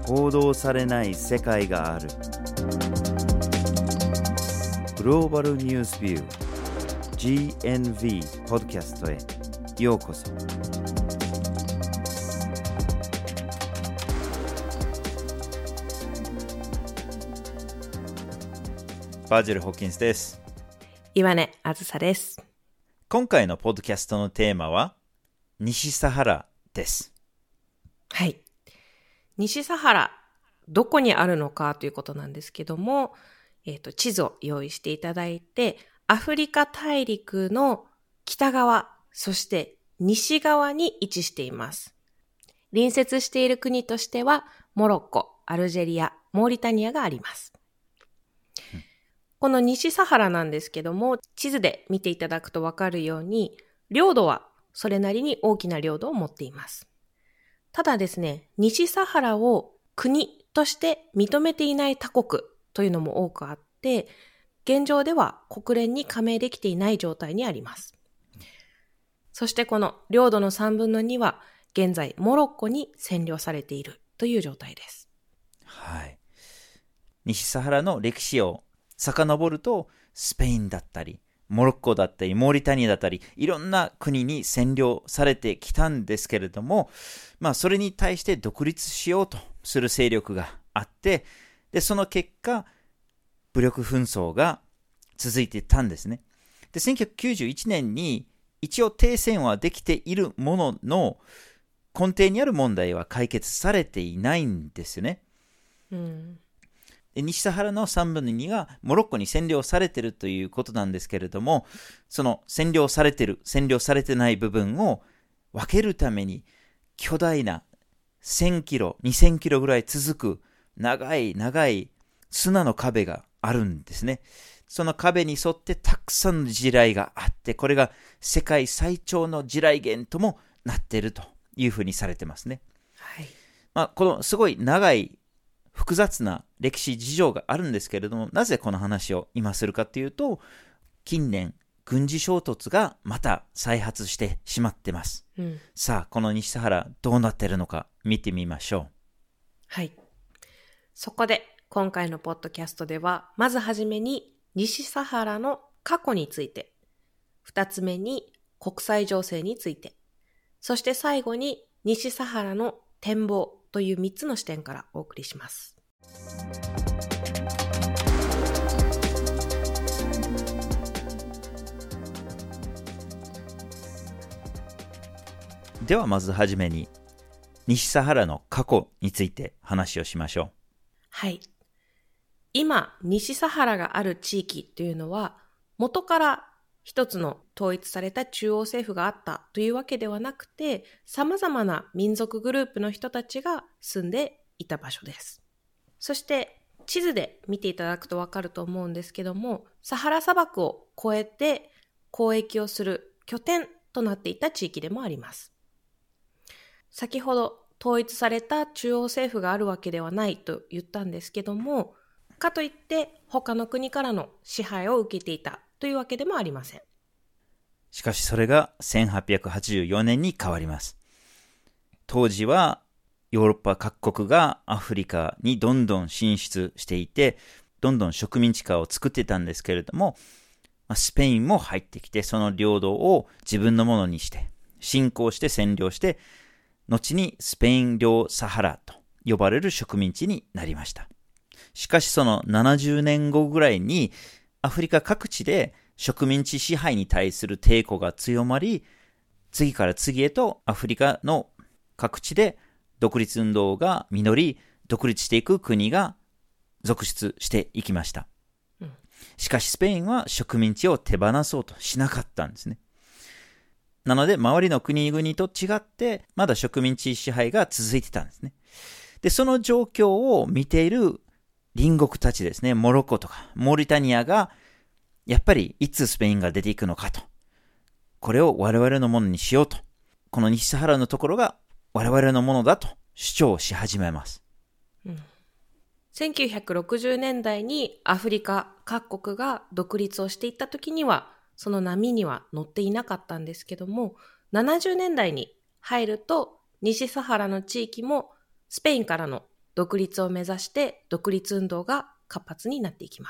報道されない世界がある。グローバルニュースビュー GNV ポッドキャストへようこそ。バージル・ホッキンスです。 岩根あずさです。 今回のポッドキャストのテーマは西サハラです。 はい。西サハラ、どこにあるのかということなんですけども、地図を用意していただいて、アフリカ大陸の北側、そして西側に位置しています。隣接している国としては、モロッコ、アルジェリア、モーリタニアがあります。この西サハラなんですけども、地図で見ていただくとわかるように、領土はそれなりに大きな領土を持っています。ただですね、西サハラを国として認めていない他国というのも多くあって、現状では国連に加盟できていない状態にあります。そしてこの領土の3分の2は現在モロッコに占領されているという状態です。 はい。西サハラの歴史を遡ると、スペインだったり、モロッコだったり、モーリタニアだったり、いろんな国に占領されてきたんですけれども、それに対して独立しようとする勢力があって、で、その結果、武力紛争が続いていたんですね。で、1991年に一応停戦はできているものの、根底にある問題は解決されていないんですよね。西サハラの3分の2がモロッコに占領されているということなんですけれども、その占領されている、占領されてない部分を分けるために巨大な1000キロ、2000キロぐらい続く長い砂の壁があるんですね。その壁に沿ってたくさんの地雷があって、これが世界最長の地雷原ともなっているというふうにされてますね。 はい。 このすごい長い複雑な歴史事情があるんですけれども、なぜこの話を今するかというと、近年軍事衝突がまた再発してしまってます。さあ、この西サハラどうなっているのか見てみましょう。 はい。そこで今回のポッドキャストでは、まずはじめに西サハラの過去について、2つ目に国際情勢について、そして最後に西サハラの展望という3つの視点からお送りします。 ではまずはじめに西サハラの過去について話をしましょう。 はい。今、西サハラがある地域というのは、元から一つの統一された中央政府があったというわけではなくて、様々な民族グループの人たちが住んでいた場所です。そして地図で見ていただくとわかると思うんですけども、サハラ砂漠を越えて交易をする拠点となっていた地域でもあります。先ほど統一された中央政府があるわけではないと言ったんですけども、かといって他の国からの支配を受けていたというわけでもありません。 しかしそれが1884年に変わります。当時はヨーロッパ各国がアフリカにどんどん進出していて、どんどん植民地化を作ってたんですけれども、スペインも入ってきて、その領土を自分のものにして、侵攻して占領して、後にスペイン領サハラと呼ばれる植民地になりました。しかしその70年後ぐらいに、アフリカ各地で植民地支配に対する抵抗が強まり、次から次へとアフリカの各地で独立運動が実り、独立していく国が続出していきました。しかしスペインは植民地を手放そうとしなかったんですね。なので周りの国々と違ってまだ植民地支配が続いてたんですね。で、その状況を見ている隣国たちですね、モロッコとかモーリタニアがやっぱりいつスペインが出ていくのかと、これを我々のものにしようと、この西サハラのところが我々のものだと主張し始めます。 1960年代にアフリカ各国が独立をしていった時には、その波には乗っていなかったんですけども、70年代に入ると西サハラの地域もスペインからの独立を目指して独立運動が活発になっていきます。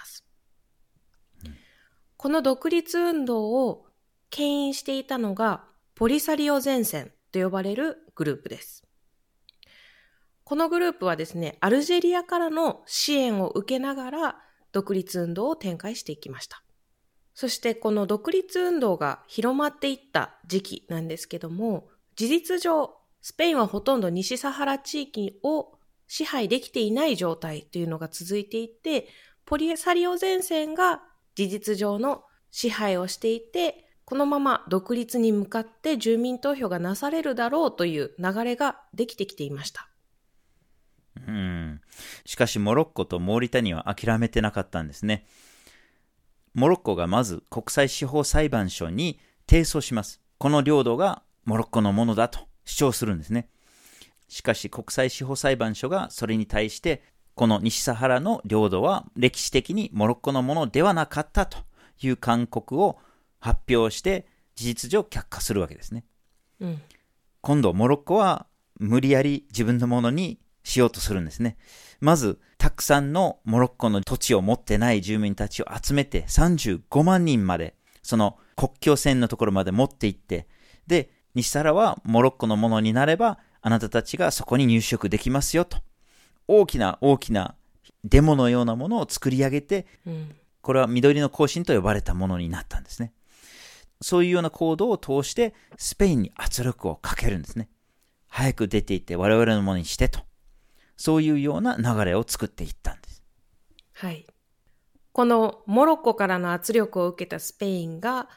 この独立運動を牽引していたのがポリサリオ前線と呼ばれるグループです。このグループはですね、アルジェリアからの支援を受けながら独立運動を展開していきました。そしてこの独立運動が広まっていった時期なんですけども、事実上スペインはほとんど西サハラ地域を支配できていない状態というのが続いていて、ポリサリオ前線が事実上の支配をしていて、このまま独立に向かって住民投票がなされるだろうという流れができてきていました。 しかしモロッコとモーリタニアは諦めてなかったんですね。モロッコがまず国際司法裁判所に提訴します。この領土がモロッコのものだと主張するんですね。しかし国際司法裁判所がそれに対してこの西サハラの領土は歴史的にモロッコのものではなかったという勧告を発表して事実上却下するわけですね。今度モロッコは無理やり自分のものにしようとするんですね。まずたくさんのモロッコの土地を持ってない住民たちを集めて35万人までその国境線のところまで持って行って、で西サハラはモロッコのものになればあなたたちがそこに入植できますよと大きなデモのようなものを作り上げて、これは緑の行進と呼ばれたものになったんですね。そういうような行動を通してスペインに圧力をかけるんですね。早く出て行って我々のものにしてと、そういうような流れを作っていったんです。 はい。このモロッコからの圧力を受けたスペインが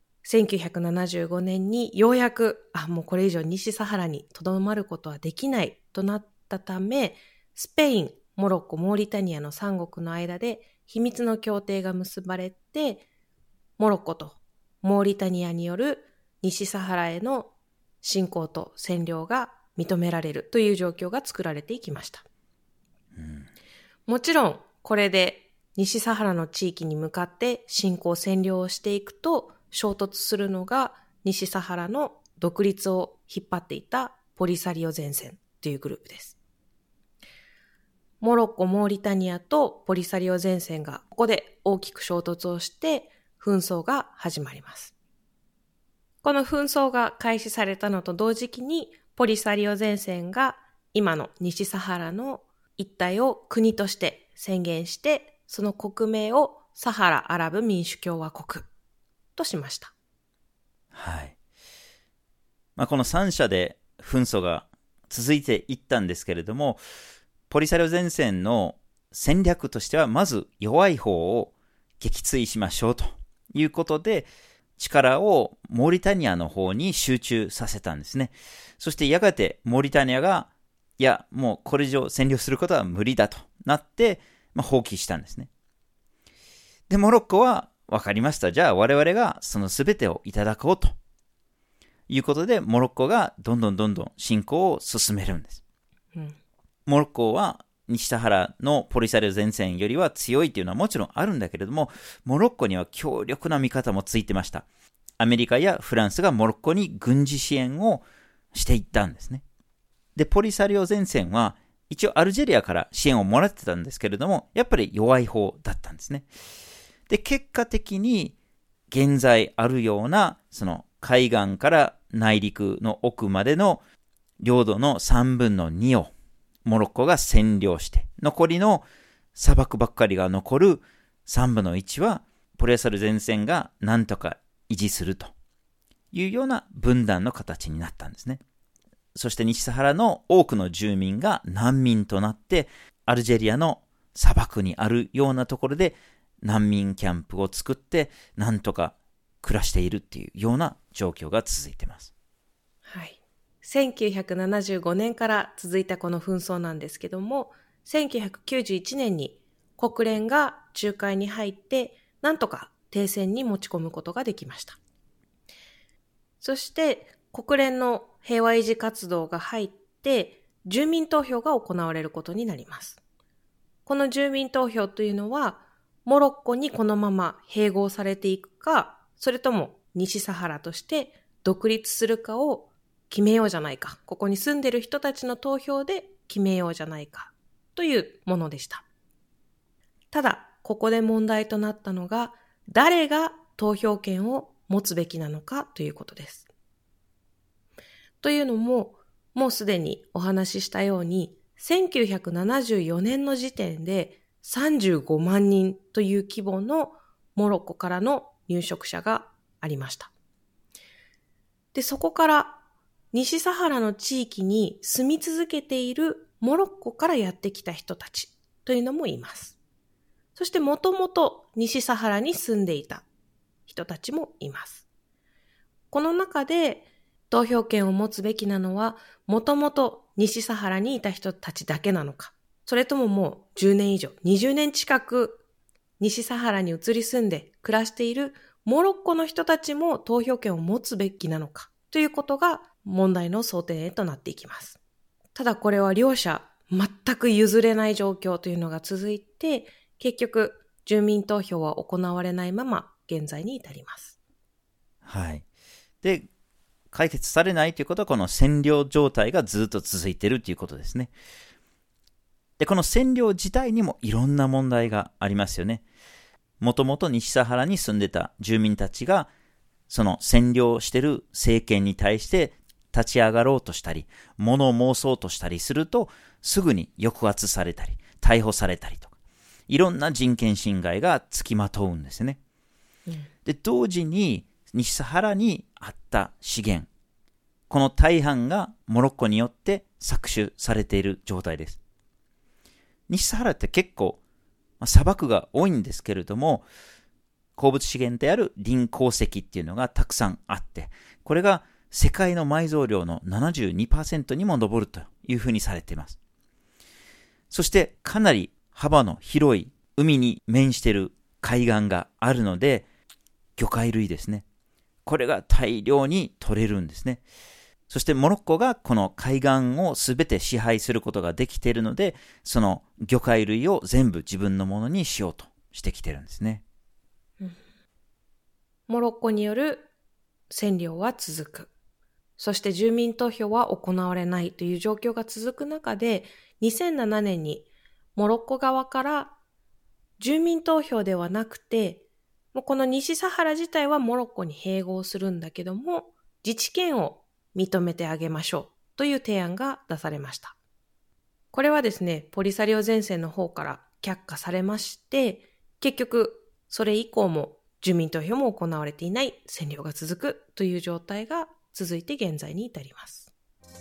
1975年にようやくもうこれ以上西サハラにとどまることはできないとなったため、スペイン、モロッコ、モーリタニアの3国の間で秘密の協定が結ばれて、モロッコとモーリタニアによる西サハラへの侵攻と占領が認められるという状況が作られていきました。もちろんこれで西サハラの地域に向かって侵攻占領をしていくと衝突するのが西サハラの独立を引っ張っていたポリサリオ前線というグループです。モロッコ、モーリタニアとポリサリオ前線がここで大きく衝突をして紛争が始まります。この紛争が開始されたのと同時期にポリサリオ前線が今の西サハラの一帯を国として宣言して、その国名をサハラアラブ民主共和国としました。 はい。この3者で紛争が続いていったんですけれども、ポリサリオ前線の戦略としてはまず弱い方を撃墜しましょうということで力をモーリタニアの方に集中させたんですね。そしてやがてモーリタニアがいやもうこれ以上占領することは無理だとなって、放棄したんですね。でモロッコは分かりました、じゃあ我々がその全てをいただこうということでモロッコがどんどん侵攻を進めるんです。モロッコは西サハラのポリサリオ前線よりは強いというのはもちろんあるんだけれども、モロッコには強力な味方もついてました。アメリカやフランスがモロッコに軍事支援をしていったんですね。でポリサリオ前線は一応アルジェリアから支援をもらってたんですけれども、やっぱり弱い方だったんですね。で結果的に現在あるようなその海岸から内陸の奥までの領土の3分の2をモロッコが占領して、残りの砂漠ばっかりが残る3分の1はポリサリオ前線がなんとか維持するというような分断の形になったんですね。そして西サハラの多くの住民が難民となってアルジェリアの砂漠にあるようなところで難民キャンプを作ってなんとか暮らしているっていうような状況が続いています。 はい。1975年から続いたこの紛争なんですけども、1991年に国連が仲介に入ってなんとか停戦に持ち込むことができました。そして国連の平和維持活動が入って住民投票が行われることになります。この住民投票というのはモロッコにこのまま併合されていくか、それとも西サハラとして独立するかを決めようじゃないか、ここに住んでる人たちの投票で決めようじゃないかというものでした。ただ、ここで問題となったのが、誰が投票権を持つべきなのかということです。というのも、もうすでにお話ししたように、1974年の時点で35万人という規模のモロッコからの入植者がありました。で、そこから西サハラの地域に住み続けているモロッコからやってきた人たちというのもいます。そしてもともと西サハラに住んでいた人たちもいます。この中で投票権を持つべきなのは、もともと西サハラにいた人たちだけなのか、それとももう10年以上、20年近く西サハラに移り住んで暮らしているモロッコの人たちも投票権を持つべきなのかということが問題の争点へとなっていきます。ただこれは両者全く譲れない状況というのが続いて、結局住民投票は行われないまま現在に至ります。 はい。で、解決されないということは、この占領状態がずっと続いているということですね。で、この占領自体にもいろんな問題がありますよね。もともと西サハラに住んでた住民たちが、その占領している政権に対して立ち上がろうとしたり、物申そうとしたりすると、すぐに抑圧されたり、逮捕されたりとか、いろんな人権侵害がつきまとうんですね。で、同時に西サハラにあった資源、この大半がモロッコによって搾取されている状態です。西サハラって結構、砂漠が多いんですけれども、鉱物資源であるリン鉱石っていうのがたくさんあって、これが世界の埋蔵量の 72% にも上るというふうにされています。そしてかなり幅の広い海に面している海岸があるので、魚介類ですね。これが大量に取れるんですね。そしてモロッコがこの海岸をすべて支配することができているので、その魚介類を全部自分のものにしようとしてきてるんですね。 モロッコによる占領は続く。そして住民投票は行われないという状況が続く中で、2007年にモロッコ側から住民投票ではなくて、もうこの西サハラ自体はモロッコに併合するんだけども、自治権を認めてあげましょうという提案が出されました。これはですね、ポリサリオ前線の方から却下されまして、結局それ以降も住民投票も行われていない占領が続くという状態が続いて現在に至ります。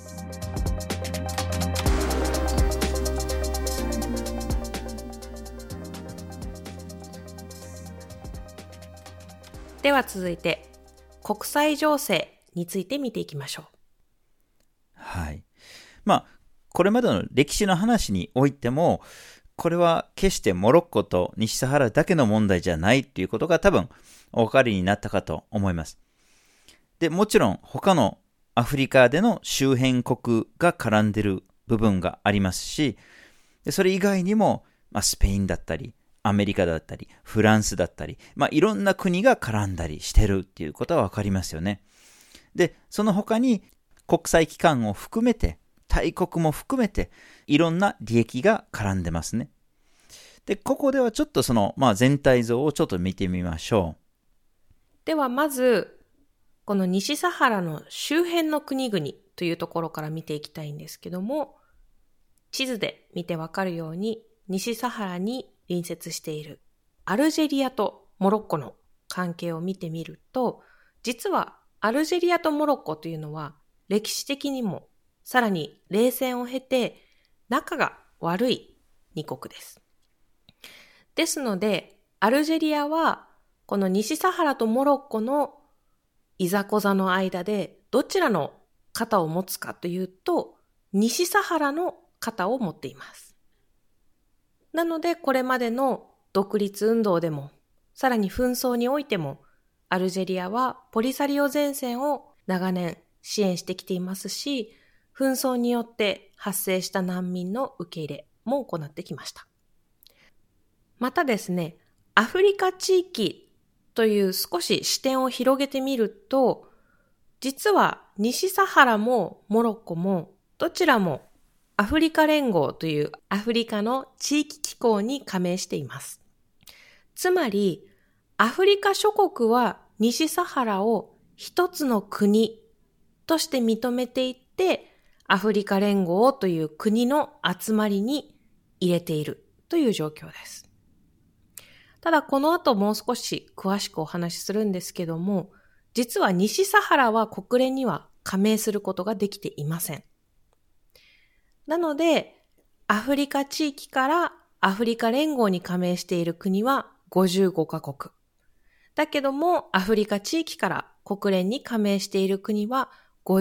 では続いて国際情勢について見ていきましょう。 はい。これまでの歴史の話においても、これは決してモロッコと西サハラだけの問題じゃないということが多分お分かりになったかと思います。で、もちろん他のアフリカでの周辺国が絡んでる部分がありますし、でそれ以外にも、スペインだったり、アメリカだったり、フランスだったり、いろんな国が絡んだりしてるっていうことはわかりますよね。で、その他に国際機関を含めて、大国も含めて、いろんな利益が絡んでますね。で、ここではちょっとその、全体像をちょっと見てみましょう。 ではまず、この西サハラの周辺の国々というところから見ていきたいんですけども、地図で見てわかるように、西サハラに隣接しているアルジェリアとモロッコの関係を見てみると、実はアルジェリアとモロッコというのは歴史的にもさらに冷戦を経て仲が悪い2国です。ですので、アルジェリアはこの西サハラとモロッコのいざこざの間でどちらの肩を持つかというと、西サハラの肩を持っています。なのでこれまでの独立運動でも、さらに紛争においても、アルジェリアはポリサリオ前線を長年支援してきていますし、紛争によって発生した難民の受け入れも行ってきました。またですね、アフリカ地域という少し視点を広げてみると、実は西サハラもモロッコもどちらもアフリカ連合というアフリカの地域機構に加盟しています。つまり、アフリカ諸国は西サハラを一つの国として認めていって、アフリカ連合という国の集まりに入れているという状況です。ただこの後もう少し詳しくお話しするんですけども、実は西サハラは国連には加盟することができていません。なので、アフリカ地域からアフリカ連合に加盟している国は55カ国。だけども、アフリカ地域から国連に加盟している国は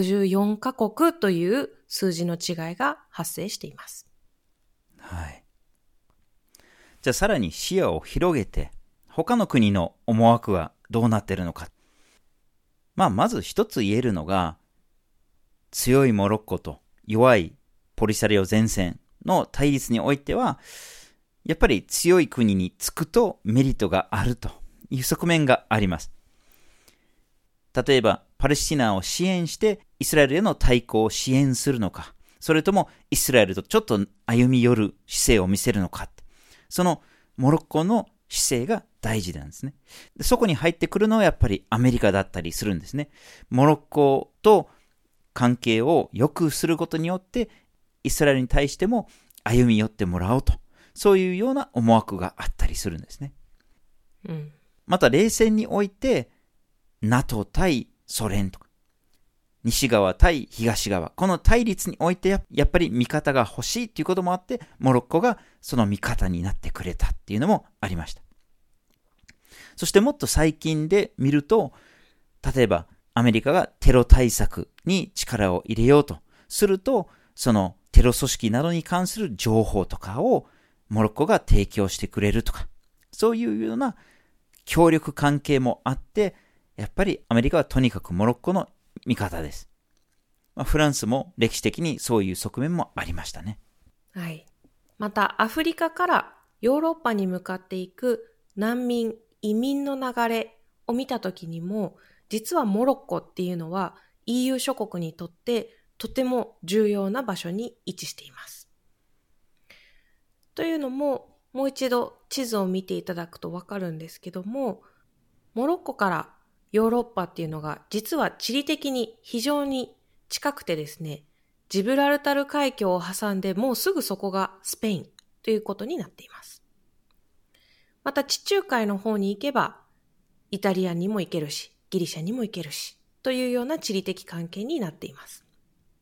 54カ国という数字の違いが発生しています。 はい。じゃあさらに視野を広げて、他の国の思惑はどうなっているのか。まず一つ言えるのが、強いモロッコと弱いポリサリオ前線の対立においては、やっぱり強い国につくとメリットがあるという側面があります。例えば、パレスチナを支援してイスラエルへの対抗を支援するのか、それともイスラエルとちょっと歩み寄る姿勢を見せるのか、そのモロッコの姿勢が大事なんですね。そこに入ってくるのはやっぱりアメリカだったりするんですね。モロッコと関係を良くすることによってイスラエルに対しても歩み寄ってもらおうと、そういうような思惑があったりするんですね。また冷戦において NATO 対ソ連とか西側対東側、この対立においてやっぱり味方が欲しいということもあって、モロッコがその味方になってくれたっていうのもありました。そしてもっと最近で見ると、例えばアメリカがテロ対策に力を入れようとすると、そのテロ組織などに関する情報とかをモロッコが提供してくれるとか、そういうような協力関係もあって、やっぱりアメリカはとにかくモロッコの味方です。フランスも歴史的にそういう側面もありましたね。 はい。またアフリカからヨーロッパに向かっていく難民、移民の流れを見たときにも、実はモロッコっていうのは EU 諸国にとってとても重要な場所に位置しています。というのも、もう一度地図を見ていただくとわかるんですけども、モロッコからヨーロッパっていうのが実は地理的に非常に近くてですね、ジブラルタル海峡を挟んでもうすぐそこがスペインということになっています。また地中海の方に行けばイタリアにも行けるし、ギリシャにも行けるしというような地理的関係になっています。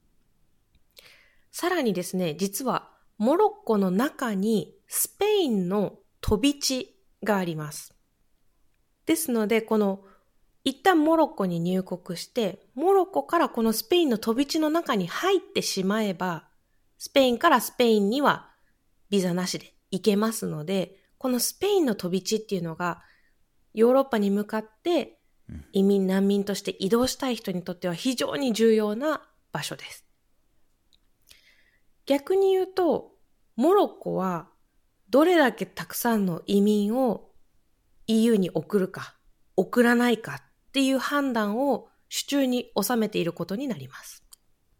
さらにですね、実はモロッコの中にスペインの飛び地があります。ですので、この一旦モロッコに入国して、モロッコからこのスペインの飛び地の中に入ってしまえば、スペインからスペインにはビザなしで行けますので、このスペインの飛び地っていうのがヨーロッパに向かって移民難民として移動したい人にとっては非常に重要な場所です。逆に言うと、モロッコはどれだけたくさんの移民を EU に送るか送らないかっていう判断を手中に収めていることになります。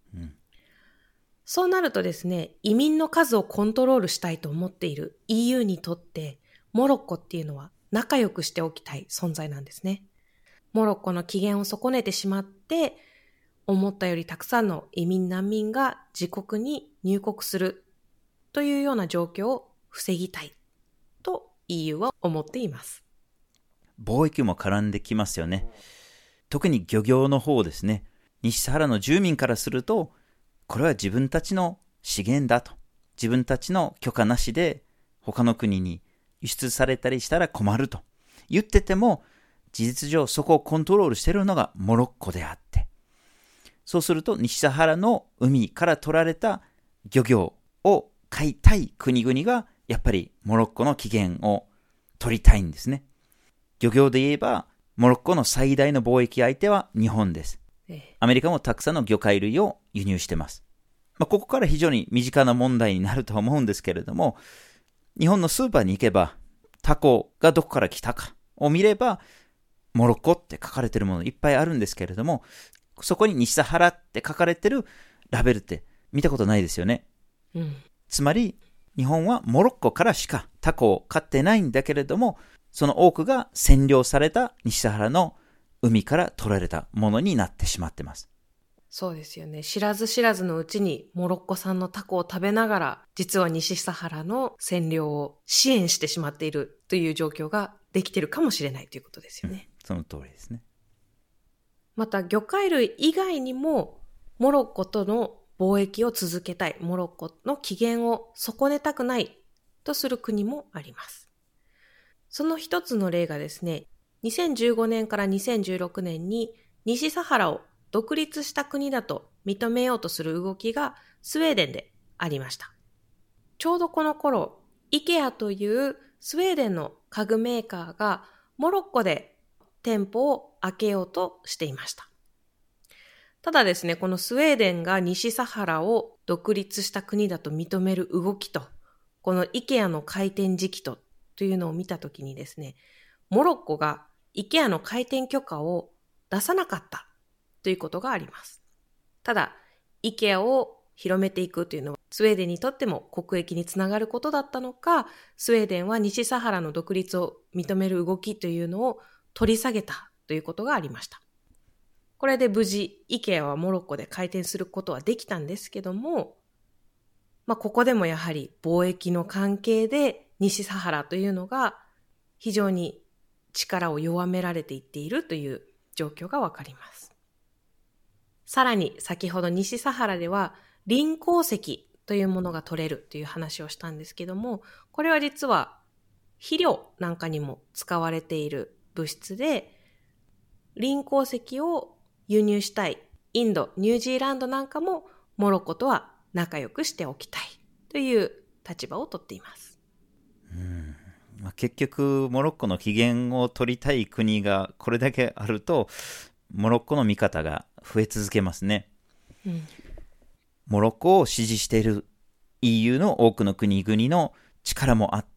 そうなるとですね、移民の数をコントロールしたいと思っている EU にとって、モロッコっていうのは仲良くしておきたい存在なんですね。モロッコの機嫌を損ねてしまって、思ったよりたくさんの移民難民が自国に入国するというような状況を防ぎたいと EU は思っています。 貿易も絡んできますよね。特に漁業の方ですね。西サハラの住民からすると、これは自分たちの資源だと。自分たちの許可なしで他の国に輸出されたりしたら困ると言ってても、事実上そこをコントロールしているのがモロッコであって、そうすると西サハラの海から取られた漁業を買いたい国々がやっぱりモロッコの起源を取りたいんですね。漁業で言えばモロッコの最大の貿易相手は日本です。アメリカもたくさんの魚介類を輸入してます。ここから非常に身近な問題になると思うんですけれども、日本のスーパーに行けばタコがどこから来たかを見ればモロッコって書かれてるものいっぱいあるんですけれども、そこに西サハラって書かれてるラベルって見たことないですよね。 つまり日本はモロッコからしかタコを買ってないんだけれども、その多くが占領された西サハラの海から取られたものになってしまってます。 そうですよね。知らず知らずのうちにモロッコ産のタコを食べながら、実は西サハラの占領を支援してしまっているという状況ができているかもしれないということですよね。 その通りですね。 また魚介類以外にもモロッコとの貿易を続けたい、モロッコの起源を損ねたくないとする国もあります。その一つの例がですね、2015年から2016年に西サハラを独立した国だと認めようとする動きがスウェーデンでありました。ちょうどこの頃、IKEA というスウェーデンの家具メーカーがモロッコで店舗を開けようとしていました。ただですね、このスウェーデンが西サハラを独立した国だと認める動きと、この IKEA の開店時期というのを見たときにですね、モロッコが IKEA の開店許可を出さなかったということがあります。ただ、IKEA を広めていくというのはスウェーデンにとっても国益につながることだったのか、スウェーデンは西サハラの独立を認める動きというのを取り下げたということがありました。これで無事 IKEA はモロッコで開店することはできたんですけども、ここでもやはり貿易の関係で西サハラというのが非常に力を弱められていっているという状況がわかります。さらに先ほど西サハラではリン鉱石というものが取れるという話をしたんですけども、これは実は肥料なんかにも使われている物質で、リン鉱石を輸入したいインド、ニュージーランドなんかもモロッコとは仲良くしておきたいという立場をとっています。 結局モロッコの起源を取りたい国がこれだけあると、モロッコの見方が増え続けますね。モロッコを支持している EU の多くの国々の力もあって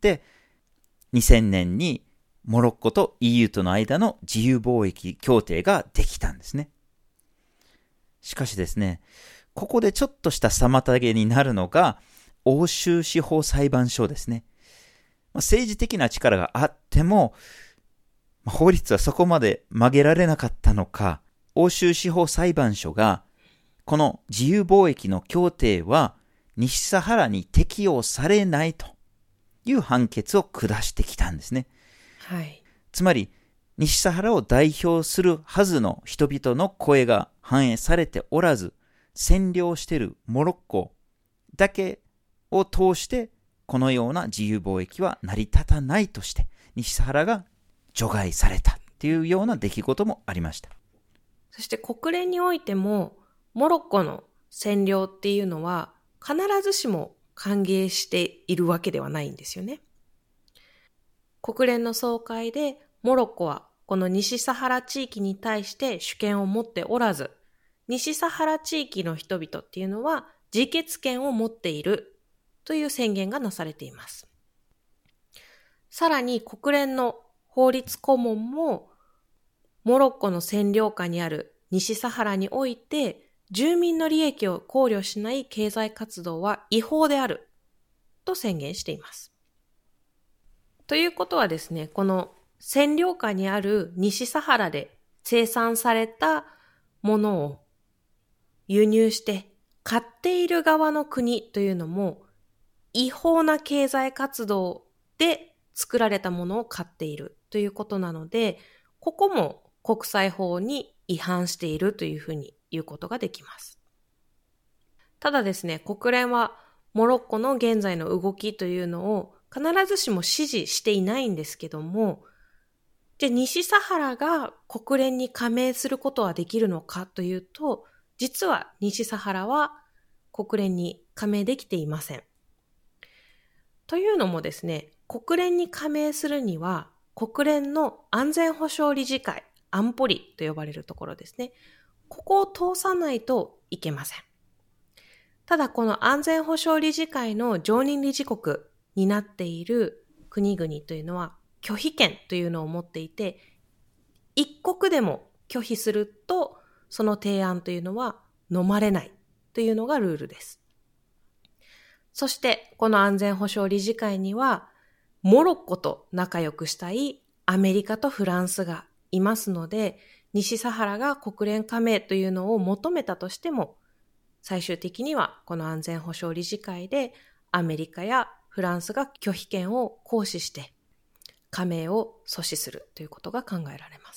、2000年にモロッコと EU との間の自由貿易協定ができたんですね。しかしですね、ここでちょっとした妨げになるのが欧州司法裁判所ですね。政治的な力があっても、法律はそこまで曲げられなかったのか、欧州司法裁判所がこの自由貿易の協定は西サハラに適用されないという判決を下してきたんですね。 はい。 つまり西サハラを代表するはずの人々の声が反映されておらず、占領しているモロッコだけを通してこのような自由貿易は成り立たないとして西サハラが除外されたっていうような出来事もありました。 そして国連においてもモロッコの占領っていうのは必ずしも歓迎しているわけではないんですよね。国連の総会でモロッコはこの西サハラ地域に対して主権を持っておらず、西サハラ地域の人々っていうのは自決権を持っているという宣言がなされています。さらに国連の法律顧問もモロッコの占領下にある西サハラにおいて住民の利益を考慮しない経済活動は違法であると宣言しています。ということはですね、この占領下にある西サハラで生産されたものを輸入して買っている側の国というのも違法な経済活動で作られたものを買っているということなので、ここも国際法に違反しているというふうに言うことができます。ただですね、国連はモロッコの現在の動きというのを必ずしも支持していないんですけども、じゃあ西サハラが国連に加盟することはできるのかというと、実は西サハラは国連に加盟できていません。というのもですね、国連に加盟するには国連の安全保障理事会、安保理と呼ばれるところですね。ここを通さないといけません。ただこの安全保障理事会の常任理事国になっている国々というのは拒否権というのを持っていて、一国でも拒否するとその提案というのは飲まれないというのがルールです。 そしてこの安全保障理事会にはモロッコと仲良くしたいアメリカとフランスがいますので、西サハラが国連加盟というのを求めたとしても、最終的にはこの安全保障理事会でアメリカやフランスが拒否権を行使して加盟を阻止するということが考えられます。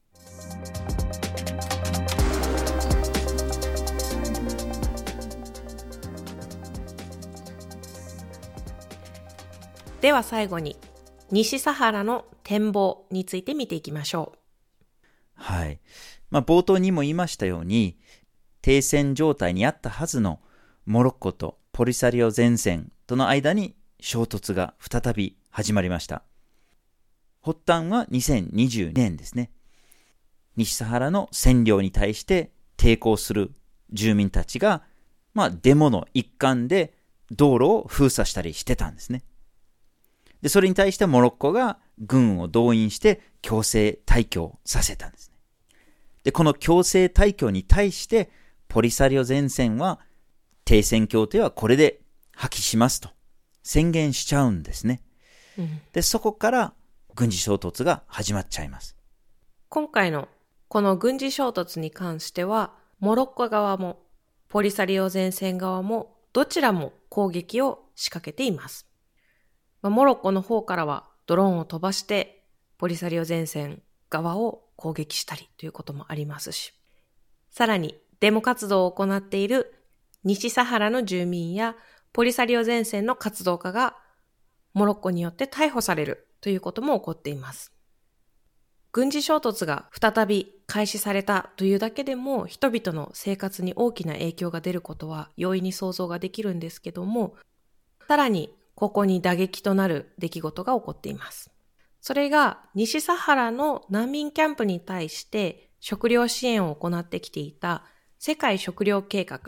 では最後に西サハラの展望について見ていきましょう。 はい。冒頭にも言いましたように、停戦状態にあったはずのモロッコとポリサリオ前線との間に衝突が再び始まりました。発端は2020年ですね。西サハラの占領に対して抵抗する住民たちが、デモの一環で道路を封鎖したりしてたんですね。で、それに対してモロッコが軍を動員して強制退去させたんですね。で、この強制退去に対してポリサリオ前線は停戦協定はこれで破棄しますと宣言しちゃうんですね。で、そこから軍事衝突が始まっちゃいます。 今回のこの軍事衝突に関しては、モロッコ側もポリサリオ前線側もどちらも攻撃を仕掛けています。モロッコの方からはドローンを飛ばしてポリサリオ前線側を攻撃したりということもありますし、さらにデモ活動を行っている西サハラの住民やポリサリオ前線の活動家がモロッコによって逮捕されるということも起こっています。軍事衝突が再び開始されたというだけでも人々の生活に大きな影響が出ることは容易に想像ができるんですけども、さらにここに打撃となる出来事が起こっています。それが西サハラの難民キャンプに対して食料支援を行ってきていた世界食糧計画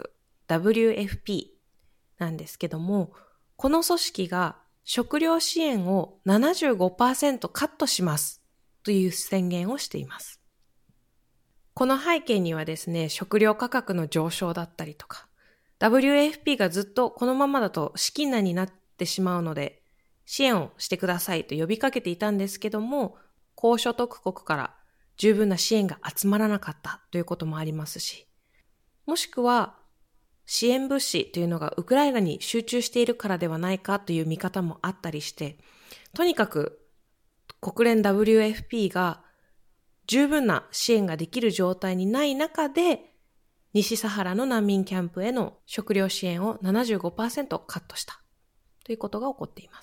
WFP なんですけども、この組織が食料支援を 75% カットしますという宣言をしています。この背景にはですね、食料価格の上昇だったりとか、WFP がずっとこのままだと資金難になってしまうので、支援をしてくださいと呼びかけていたんですけども、高所得国から十分な支援が集まらなかったということもありますし、もしくは支援物資というのがウクライナに集中しているからではないかという見方もあったりして、とにかく国連 WFP が十分な支援ができる状態にない中で、西サハラの難民キャンプへの食料支援を 75% カットしたということが起こっています。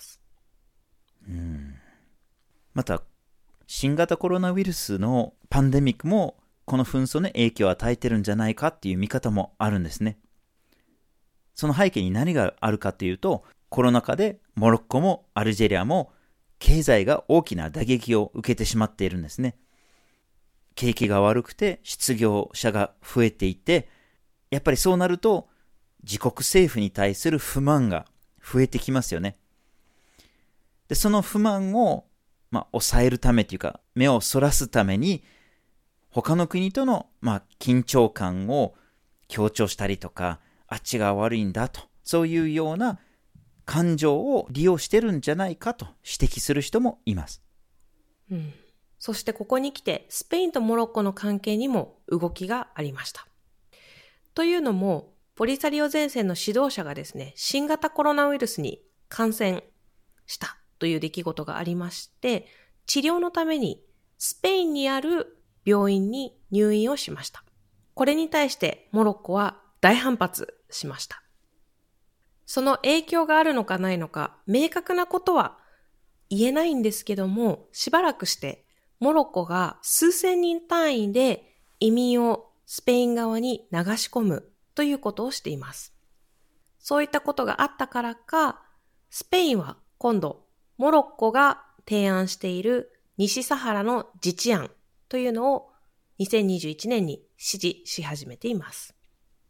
また、新型コロナウイルスのパンデミックもこの紛争に影響を与えてるんじゃないかっていう見方もあるんですね。その背景に何があるかというと、コロナ禍でモロッコもアルジェリアも経済が大きな打撃を受けてしまっているんですね。景気が悪くて失業者が増えていて、やっぱりそうなると自国政府に対する不満が増えてきますよね。で、その不満を抑えるためというか、目をそらすために他の国との緊張感を強調したりとか、あっちが悪いんだと、そういうような感情を利用してるんじゃないかと指摘する人もいます。 そしてここに来てスペインとモロッコの関係にも動きがありました。というのも、ポリサリオ前線の指導者がですね、新型コロナウイルスに感染したという出来事がありまして、治療のためにスペインにある病院に入院をしました。これに対してモロッコは大反発しました。その影響があるのかないのか、明確なことは言えないんですけども、しばらくしてモロッコが数千人単位で移民をスペイン側に流し込むということをしています。そういったことがあったからか、スペインは今度モロッコが提案している西サハラの自治案というのを2021年に支持し始めています。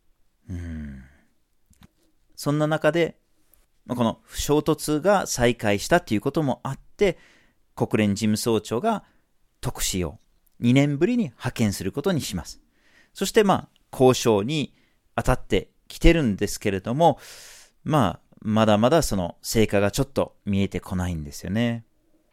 そんな中で、この衝突が再開したということもあって、国連事務総長が特使を2年ぶりに派遣することにします。そして交渉に当たってきてるんですけれども、 まだまだその成果がちょっと見えてこないんですよね。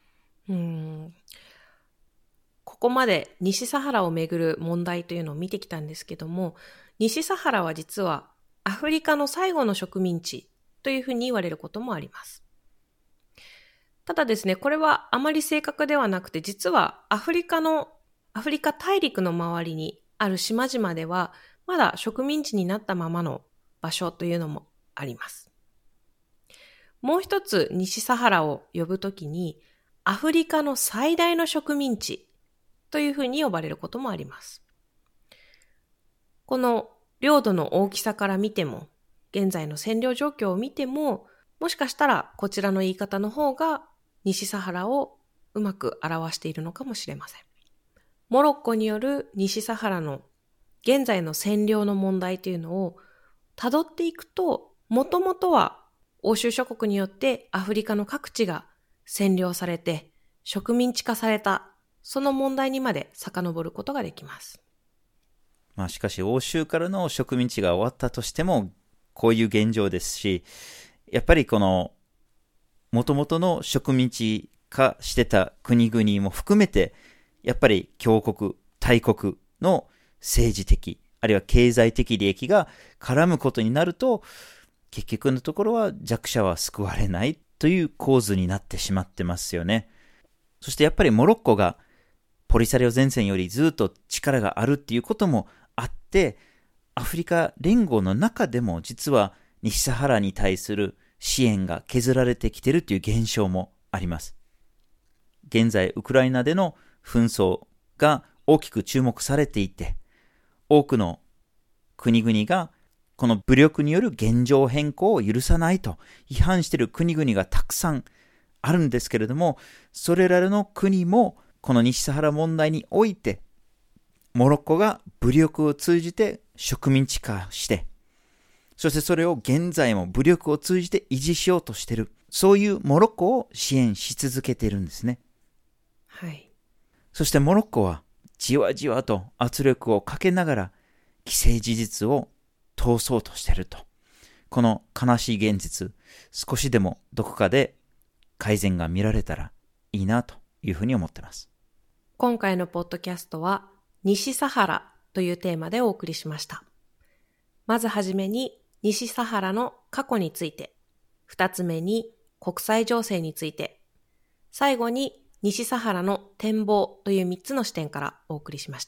ここまで西サハラをめぐる問題というのを見てきたんですけども、西サハラは実はアフリカの最後の植民地というふうに言われることもあります。ただですね、これはあまり正確ではなくて、実はアフリカ大陸の周りにある島々では、まだ植民地になったままの場所というのもあります。もう一つ西サハラを呼ぶときに、アフリカの最大の植民地というふうに呼ばれることもあります。この領土の大きさから見ても、現在の占領状況を見ても、もしかしたらこちらの言い方の方が西サハラをうまく表しているのかもしれません。モロッコによる西サハラの現在の占領の問題というのを辿っていくと、もともとは欧州諸国によってアフリカの各地が占領されて植民地化された、その問題にまで遡ることができます。 しかし欧州からの植民地が終わったとしてもこういう現状ですし、やっぱりこの元々の植民地化してた国々も含めて、やっぱり強国、大国の政治的あるいは経済的利益が絡むことになると、結局のところは弱者は救われないという構図になってしまってますよね。そしてやっぱりモロッコがポリサリオ前線よりずっと力があるっていうこともあって、アフリカ連合の中でも実は西サハラに対する支援が削られてきているという現象もあります。現在ウクライナでの紛争が大きく注目されていて、多くの国々がこの武力による現状変更を許さないと批判している国々がたくさんあるんですけれども、それらの国もこの西サハラ問題においてモロッコが武力を通じて植民地化して、そしてそれを現在も武力を通じて維持しようとしている、そういうモロッコを支援し続けているんですね。 はい。 そしてモロッコはじわじわと圧力をかけながら既成事実を通そうとしていると。この悲しい現実、少しでもどこかで改善が見られたらいいなというふうに思っています。 今回のポッドキャストは西サハラというテーマでお送りしました。まずはじめに西サハラの過去について、二つ目に国際情勢について、最後に西サハラの展望という三つの視点からお送りしました。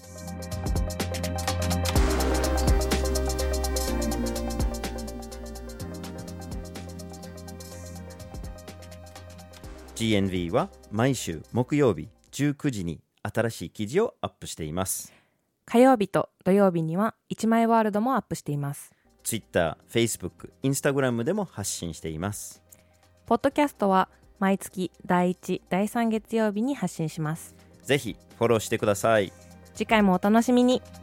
GNV は毎週木曜日19時に新しい記事をアップしています。 火曜日と土曜日には1枚ワールドもアップしています。 Twitter、Facebook、Instagram でも発信しています。 ポッドキャストは毎月第1、第3月曜日に発信します。 ぜひフォローしてください。 次回もお楽しみに。